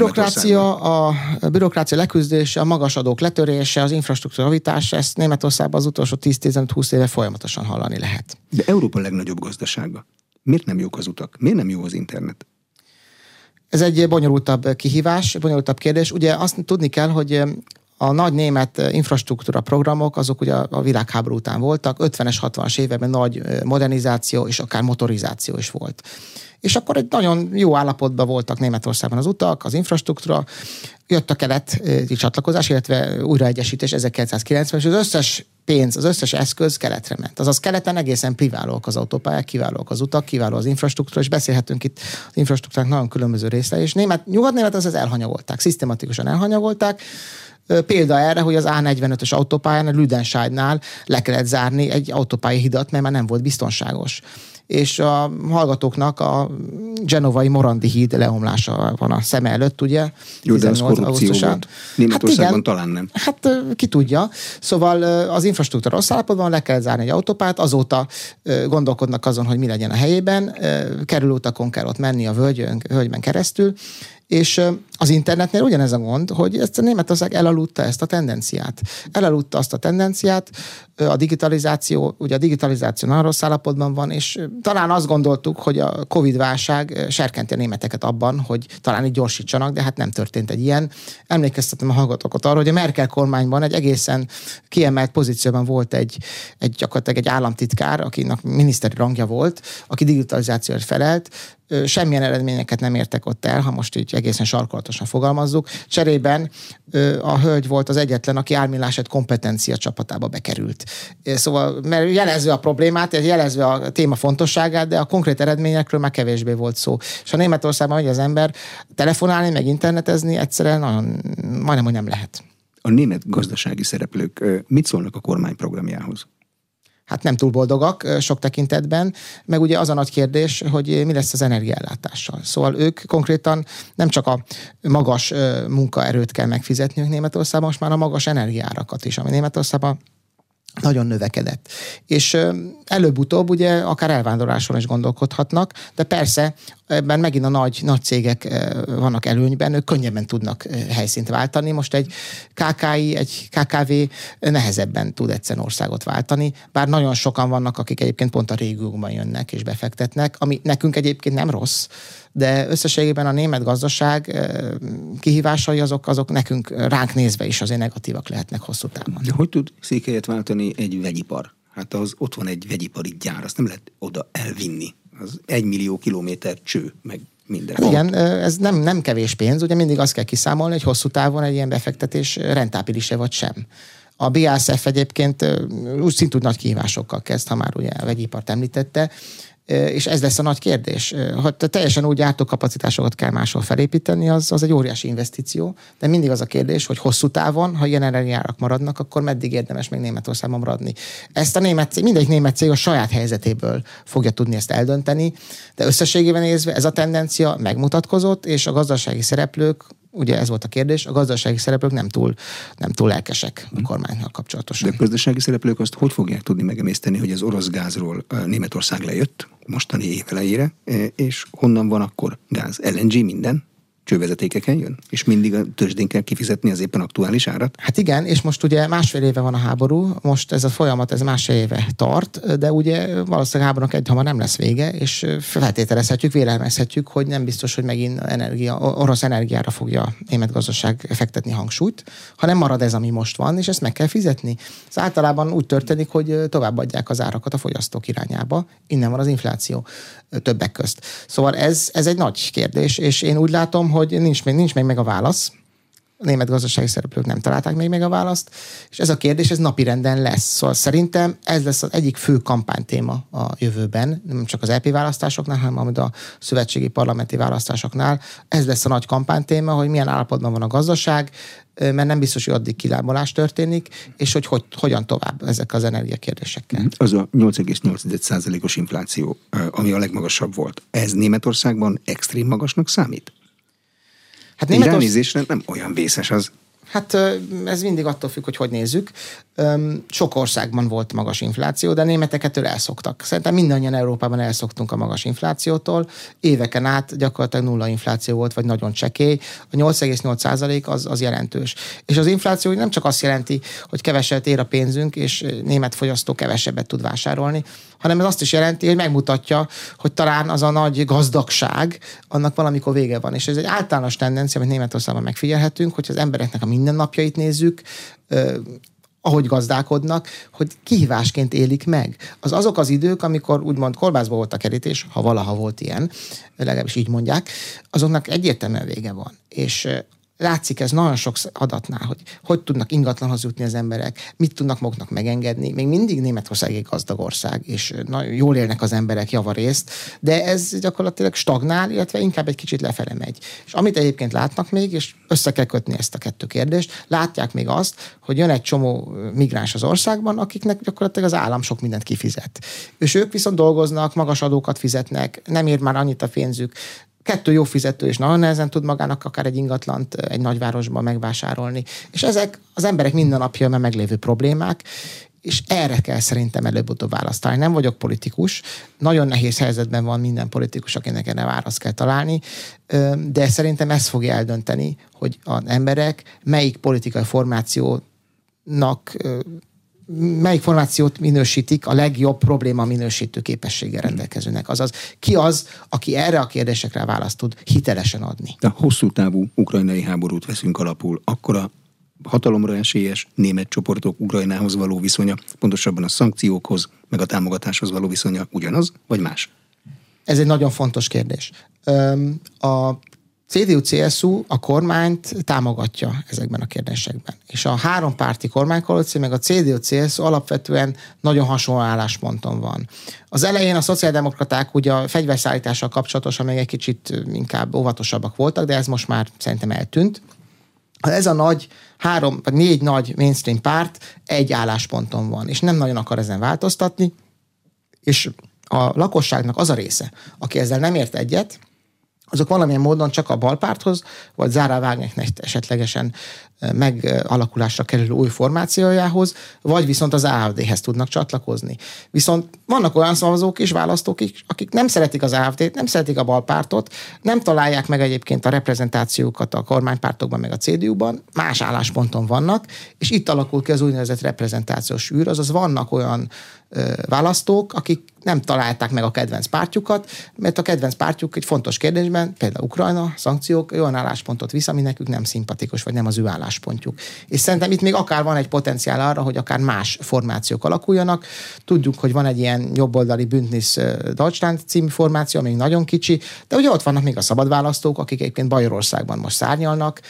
Hát a bürokrácia leküzdése, a magas adók letörése, az infrastruktúra javítása, ezt Németországban az utolsó 10-15-20 éve folyamatosan hallani lehet. De Európa legnagyobb gazdasága. Miért nem jók az utak? Miért nem jó az internet? Ez egy bonyolultabb kihívás, bonyolultabb kérdés. Ugye azt tudni kell, hogy A nagy német infrastruktúra programok, azok ugye a világháború után voltak, 50-es, 60-as években nagy modernizáció és akár motorizáció is volt. És akkor egy nagyon jó állapotban voltak Németországban az utak, az infrastruktúra, jött a keleti csatlakozás, illetve újraegyesítés 1990, és az összes pénz, az összes eszköz keletre ment. Azaz keleten egészen priválóak az autópályák, kiválóak az utak, kiváló az infrastruktúra, és beszélhetünk itt az infrastruktúrának nagyon különböző részei, és Nyugat-Német az elhanyagolták, szisztematikusan elhanyagolták. Példa erre, hogy az A45-ös autópályán, a Lüdenscheidnál le kellett zárni egy autópályi hidat, mert már nem volt biztonságos. És a hallgatóknak a genovai Morandi híd leomlása van a szeme előtt, ugye? Jó, de az korrupció volt. Németországban talán nem. Hát ki tudja. Szóval az infrastruktúra rossz állapotban, le kell zárni egy autópályát, azóta gondolkodnak azon, hogy mi legyen a helyében, kerülőutakon kell ott menni a völgyben keresztül, és az internetnél ugyanez a gond, hogy ezt a Németország elaludta ezt a tendenciát. Elaludta azt a tendenciát, a digitalizáció, ugye a digitalizáció nagyon rossz állapotban van, és talán azt gondoltuk, hogy a Covid-válság serkenti a németeket abban, hogy talán így gyorsítsanak, de hát nem történt egy ilyen. Emlékeztetem a hallgatókat arra, hogy a Merkel kormányban egy egészen kiemelt pozícióban volt gyakorlatilag egy államtitkár, akinek miniszteri rangja volt, aki digitalizációért felelt, semmilyen eredményeket nem értek ott el, ha most így egészen sarkolatosan fogalmazzuk. Cserében a hölgy volt az egyetlen, aki Armin kompetencia csapatába bekerült. Szóval, mert jelezve a problémát, jelezve a téma fontosságát, de a konkrét eredményekről már kevésbé volt szó. És a Németországban megy az ember telefonálni, meg internetezni, egyszerűen majdnem, hogy nem lehet. A német gazdasági szereplők mit szólnak a kormány programjához? Hát nem túl boldogak sok tekintetben, meg ugye az a nagy kérdés, hogy mi lesz az energiaellátással. Szóval ők konkrétan nem csak a magas munkaerőt kell megfizetniük Németországban, most már a magas energiárakat is, ami Németországban nagyon növekedett. És előbb-utóbb ugye akár elvándorláson is gondolkodhatnak, de persze ebben megint a nagy cégek vannak előnyben, ők könnyebben tudnak helyszínt váltani. Most egy KKV nehezebben tud egyszerűen országot váltani, bár nagyon sokan vannak, akik egyébként pont a régiókban jönnek és befektetnek, ami nekünk egyébként nem rossz, de összességében a német gazdaság kihívásai azok nekünk ránk nézve is azért negatívak lehetnek hosszú távon. De hogy tud Székelyet váltani egy vegyipar? Hát ott van egy vegyipari gyár, azt nem lehet oda elvinni. Az 1 millió kilométer cső, meg minden. Hát igen, ez nem kevés pénz, ugye mindig azt kell kiszámolni, hogy hosszú távon egy ilyen befektetés rentábilis-e vagy sem. A BASF egyébként úgy szintúgy nagy kihívásokkal kezd, ha már ugye a vegyipart említette, és ez lesz a nagy kérdés. Ha teljesen úgy gyártókapacitásokat kell máshol felépíteni, az egy óriási investíció, de mindig az a kérdés, hogy hosszú távon, ha ilyen energiárak maradnak, akkor meddig érdemes még Németországban maradni. Ezt a mindegyik német cég a saját helyzetéből fogja tudni ezt eldönteni, de összességében nézve ez a tendencia megmutatkozott, és a gazdasági szereplők, ugye ez volt a kérdés, a gazdasági szereplők nem túl lelkesek a kormánnyal kapcsolatosan. De a gazdasági szereplők azt hogy fogják tudni megemészteni, hogy az orosz gázról Németország lejött mostani év elejére, és honnan van akkor gáz? LNG minden? Csővezetékeken jön? És mindig a tőzsdén kell kifizetni az éppen aktuális árat? Hát igen, és most ugye másfél éve van a háború, most ez a folyamat, ez másfél éve tart, de ugye valószínűleg háborúnak egyhamar nem lesz vége, és feltételezhetjük, vélelmezhetjük, hogy nem biztos, hogy megint orosz energiára fogja a német gazdaság fektetni hangsúlyt, hanem marad ez, ami most van, és ezt meg kell fizetni. Ez általában úgy történik, hogy továbbadják az árakat a fogyasztók irányába, innen van az infláció többek közt. Szóval ez egy nagy kérdés, és én úgy látom, hogy nincs még meg a válasz. A német gazdasági szereplők nem találták még meg a választ, és ez a kérdés, ez napirenden lesz. Szóval szerintem ez lesz az egyik fő kampánytéma a jövőben, nem csak az EP választásoknál, hanem majd a szövetségi parlamenti választásoknál. Ez lesz a nagy kampánytéma, hogy milyen állapotban van a gazdaság, mert nem biztos, hogy addig kilábalás történik, és hogy hogyan tovább ezek az energiakérdésekkel. Az a 8,8%-os infláció, ami a legmagasabb volt, ez Németországban extrém magasnak számít? Hát ránézésre nem olyan vészes az. Hát ez mindig attól függ, hogy nézzük. Sok országban volt magas infláció, de a németek ettől elszoktak. Szerintem mindannyian Európában elszoktunk a magas inflációtól. Éveken át gyakorlatilag nulla infláció volt, vagy nagyon csekély. A 8,8% az jelentős. És az infláció nem csak azt jelenti, hogy keveset ér a pénzünk, és német fogyasztó kevesebbet tud vásárolni, hanem ez azt is jelenti, hogy megmutatja, hogy talán az a nagy gazdagság, annak valamikor vége van. És ez egy általános tendencia, amit Németországban megfigyelhetünk, hogy az embereknek a mindennapjait nézzük, ahogy gazdálkodnak, hogy kihívásként élik meg. Azok az idők, amikor úgymond kolbászba volt a kerítés, ha valaha volt ilyen, legalábbis így mondják, azoknak egyértelműen vége van. És látszik ez nagyon sok adatnál, hogy tudnak ingatlanhoz jutni az emberek, mit tudnak maguknak megengedni. Még mindig Németország egy gazdag ország, és nagyon jól élnek az emberek javarészt, de ez gyakorlatilag stagnál, illetve inkább egy kicsit lefele megy. És amit egyébként látnak még, és össze kell kötni ezt a kettő kérdést, látják még azt, hogy jön egy csomó migráns az országban, akiknek gyakorlatilag az állam sok mindent kifizet. És ők viszont dolgoznak, magas adókat fizetnek, nem ér már annyit a pénzük, 2 jó fizető és nagyon nehezen tud magának akár egy ingatlant egy nagyvárosban megvásárolni. És ezek az emberek mindennapjában meglévő problémák, és erre kell szerintem előbb-utóbb választani. Nem vagyok politikus, nagyon nehéz helyzetben van minden politikus, akinek erre választ kell találni, de szerintem ez fogja eldönteni, hogy az emberek melyik politikai melyik formációt minősítik a legjobb probléma minősítő képességgel rendelkezőnek. Azaz, ki az, aki erre a kérdésekre választ tud hitelesen adni. De hosszú távú ukrajnai háborút veszünk alapul, akkor a hatalomra esélyes német csoportok Ukrajnához való viszonya, pontosabban a szankciókhoz, meg a támogatáshoz való viszonya ugyanaz, vagy más? Ez egy nagyon fontos kérdés. A CDU-CSU a kormányt támogatja ezekben a kérdésekben. És a hárompárti kormánykoalíció, meg a CDU-CSU alapvetően nagyon hasonló állásponton van. Az elején a szociáldemokraták ugye a fegyverszállítással kapcsolatosan még egy kicsit inkább óvatosabbak voltak, de ez most már szerintem eltűnt. Ez a 3 vagy 4 nagy mainstream párt egy állásponton van, és nem nagyon akar ezen változtatni, és a lakosságnak az a része, aki ezzel nem ért egyet, azok valamilyen módon csak a balpárthoz, vagy Zárá Wagnernek esetlegesen megalakulásra kerülő új formációjához, vagy viszont az AfD-hez tudnak csatlakozni. Viszont vannak olyan szavazók és választók is, akik nem szeretik az AfD-t, nem szeretik a balpártot, nem találják meg egyébként a reprezentációkat a kormánypártokban, meg a CDU-ban, más állásponton vannak, és itt alakul ki az úgynevezett reprezentációs űr, azaz vannak olyan választók, akik nem találták meg a kedvenc pártjukat, mert a kedvenc pártjuk egy fontos kérdésben, például Ukrajna, szankciók, olyan álláspontot visz, ami nekük nem szimpatikus, vagy nem az ő álláspontjuk. És szerintem itt még akár van egy potenciál arra, hogy akár más formációk alakuljanak. Tudjuk, hogy van egy ilyen jobboldali Bündnis Deutschland című formáció, ami nagyon kicsi, de ugye ott vannak még a szabad választók, akik egyébként Bajorországban most szárnyalnak,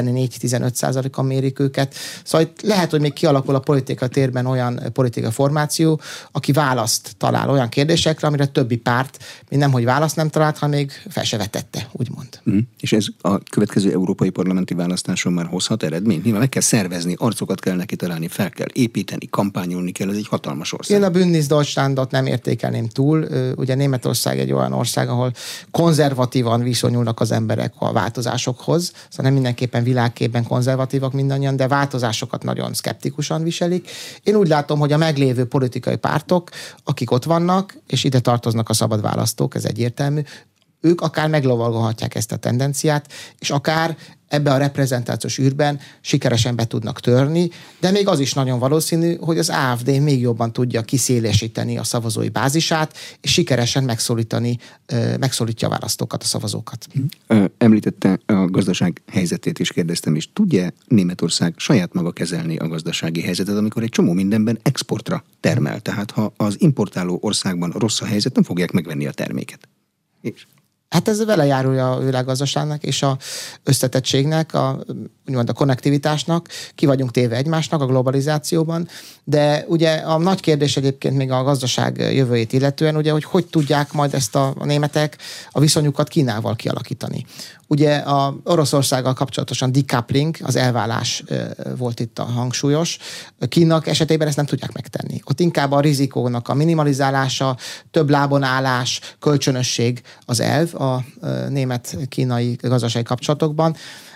14-15%-an mérik őket. Szóval itt lehet, hogy még kialakul a politika térben olyan politika formáció, aki választ talál olyan kérdésekre, amire a többi párt nemhogy választ nem talált, ha még fel se vetette, úgymond. És ez a következő európai parlamenti választáson már hozhat eredményt? Nyilván meg kell szervezni, arcokat kell neki találni, fel kell építeni, kampányolni kell, ez egy hatalmas ország. Én a Bündnis Deutschlandot nem értékelném túl. Ugye Németország egy olyan ország, ahol konzervatívan viszonyulnak az emberek a változásokhoz, szóval nem mindenképpen világképben konzervatívak mindannyian, de változásokat nagyon szkeptikusan viselik. Én úgy látom, hogy a meglévő politikai pártok, akik ott vannak, és ide tartoznak a szabad választók, ez egyértelmű, ők akár meglovalgatják ezt a tendenciát, és akár ebbe a reprezentációs űrben sikeresen be tudnak törni, de még az is nagyon valószínű, hogy az AfD még jobban tudja kiszélesíteni a szavazói bázisát, és sikeresen megszólítja a választókat, a szavazókat. Említette a gazdaság helyzetét is, kérdeztem is. Tudja Németország saját maga kezelni a gazdasági helyzetet, amikor egy csomó mindenben exportra termel? Tehát ha az importáló országban rossz a helyzet, nem fogják megvenni a terméket. És hát ez vele járul a világgazdaságnak és a összetettségnek, úgymond a konnektivitásnak, ki vagyunk téve egymásnak a globalizációban, de ugye a nagy kérdés egyébként még a gazdaság jövőjét illetően, ugye, hogy tudják majd ezt a németek a viszonyukat Kínával kialakítani. Ugye a Oroszországgal kapcsolatosan decoupling, az elválás volt itt a hangsúlyos. Kínak esetében ezt nem tudják megtenni. Ott inkább a rizikónak a minimalizálása, több lábon állás, kölcsönösség az elv a német-kínai gazdasági kapcsolatokban.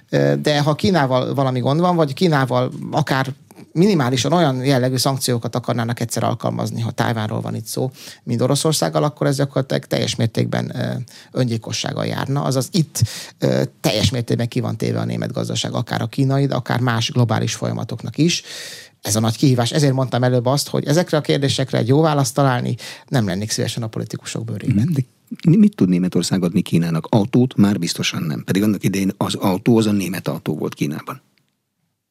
De ha Kínával valami gond van, vagy Kínával akár minimálisan olyan jellegű szankciókat akarnának egyszer alkalmazni, ha Tájvánról van itt szó, mint Oroszországgal, akkor ez gyakorlatilag teljes mértékben öngyilkossággal járna. Azaz itt teljes mértékben ki van téve a német gazdaság, akár a kínai, de akár más globális folyamatoknak is. Ez a nagy kihívás. Ezért mondtam előbb azt, hogy ezekre a kérdésekre egy jó választ találni nem lennék szívesen a politikusok bőrében. De mit tud Németország adni Kínának? Autót már biztosan nem. Pedig annak idején az autó az a német autó volt Kínában.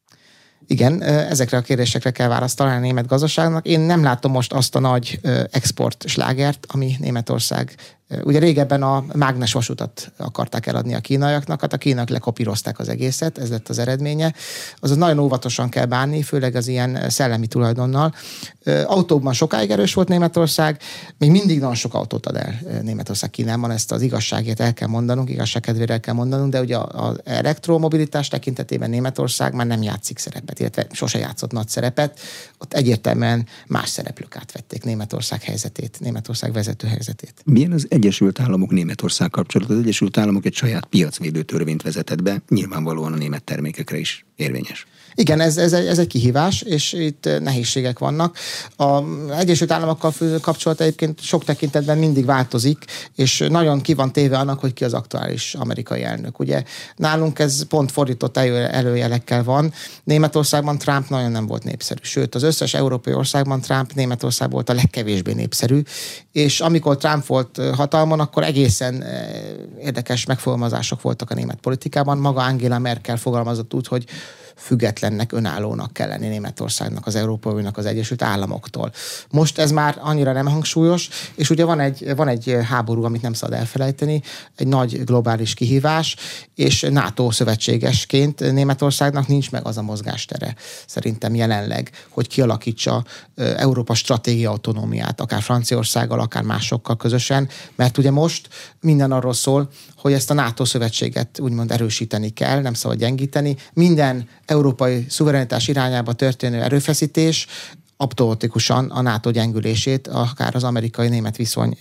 Igen, ezekre a kérdésekre kell választ találni a német gazdaságnak. Én nem látom most azt a nagy export slágert, ami Németország. Ugye régebben a mágnes vasutat akarták eladni a kínaiaknak, hát a kínaiak lekopírozták az egészet, ez lett az eredménye. Azaz nagyon óvatosan kell bánni, főleg az ilyen szellemi tulajdonnal. Autóban sokáig erős volt Németország, még mindig nagyon sok autót ad el Németország Kínában, ezt az igazságért el kell mondanunk, igazságkedvére el kell mondanunk, de ugye az elektromobilitás tekintetében Németország már nem játszik szerepet, illetve sose játszott nagy szerepet. Ott egyértelműen más szereplők átvették Németország helyzetét, Németország vezető helyzetét. Milyen az Egyesült Államok Németország kapcsolat? Az Egyesült Államok egy saját piacvédő törvényt vezetett be, nyilvánvalóan a német termékekre is érvényes. Igen, ez egy kihívás, és itt nehézségek vannak. Az Egyesült Államokkal kapcsolat egyébként sok tekintetben mindig változik, és nagyon ki van téve annak, hogy ki az aktuális amerikai elnök. Ugye nálunk ez pont fordított előjelekkel van. Németországban Trump nagyon nem volt népszerű. Sőt, az összes európai országban Trump Németország volt a legkevésbé népszerű, és amikor Trump volt hatalmon, akkor egészen érdekes megfogalmazások voltak a német politikában. Maga Angela Merkel fogalmazott úgy, hogy függetlennek, önállónak kell lenni Németországnak, az Európai Uniónak, az Egyesült Államoktól. Most ez már annyira nem hangsúlyos, és ugye van egy háború, amit nem szabad elfelejteni, egy nagy globális kihívás, és NATO szövetségesként Németországnak nincs meg az a mozgástere, szerintem jelenleg, hogy kialakítsa Európa stratégia autonómiát, akár Franciaországgal, akár másokkal közösen, mert ugye most minden arról szól, hogy ezt a NATO szövetséget úgymond erősíteni kell, nem szabad gyengíteni. Minden európai szuverenitás irányába történő erőfeszítés automatikusan a NATO gyengülését, akár az amerikai-német viszony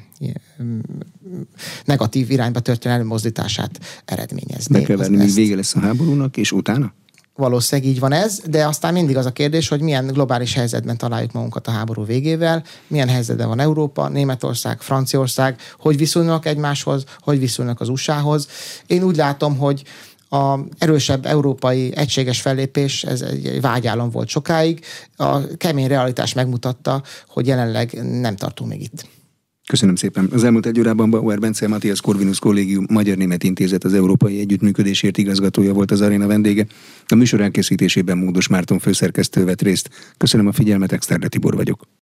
negatív irányba történő előmozdítását eredményezni. Be kell venni, míg vége lesz a háborúnak, és utána? Valószínűleg így van ez, de aztán mindig az a kérdés, hogy milyen globális helyzetben találjuk magunkat a háború végével, milyen helyzetben van Európa, Németország, Franciaország, hogy viszonyulnak egymáshoz, hogy viszonyulnak az USA-hoz. Én úgy látom, hogy a erősebb európai egységes fellépés, ez egy vágyálom volt sokáig. A kemény realitás megmutatta, hogy jelenleg nem tartunk még itt. Köszönöm szépen. Az elmúlt egy órában Bauer Bence, a Matthias Corvinus Kollégium Magyar-Német Intézet az Európai Együttműködésért igazgatója volt az aréna vendége. A műsor elkészítésében Módos Márton főszerkesztő vett részt. Köszönöm a figyelmet, Exterde Tibor vagyok.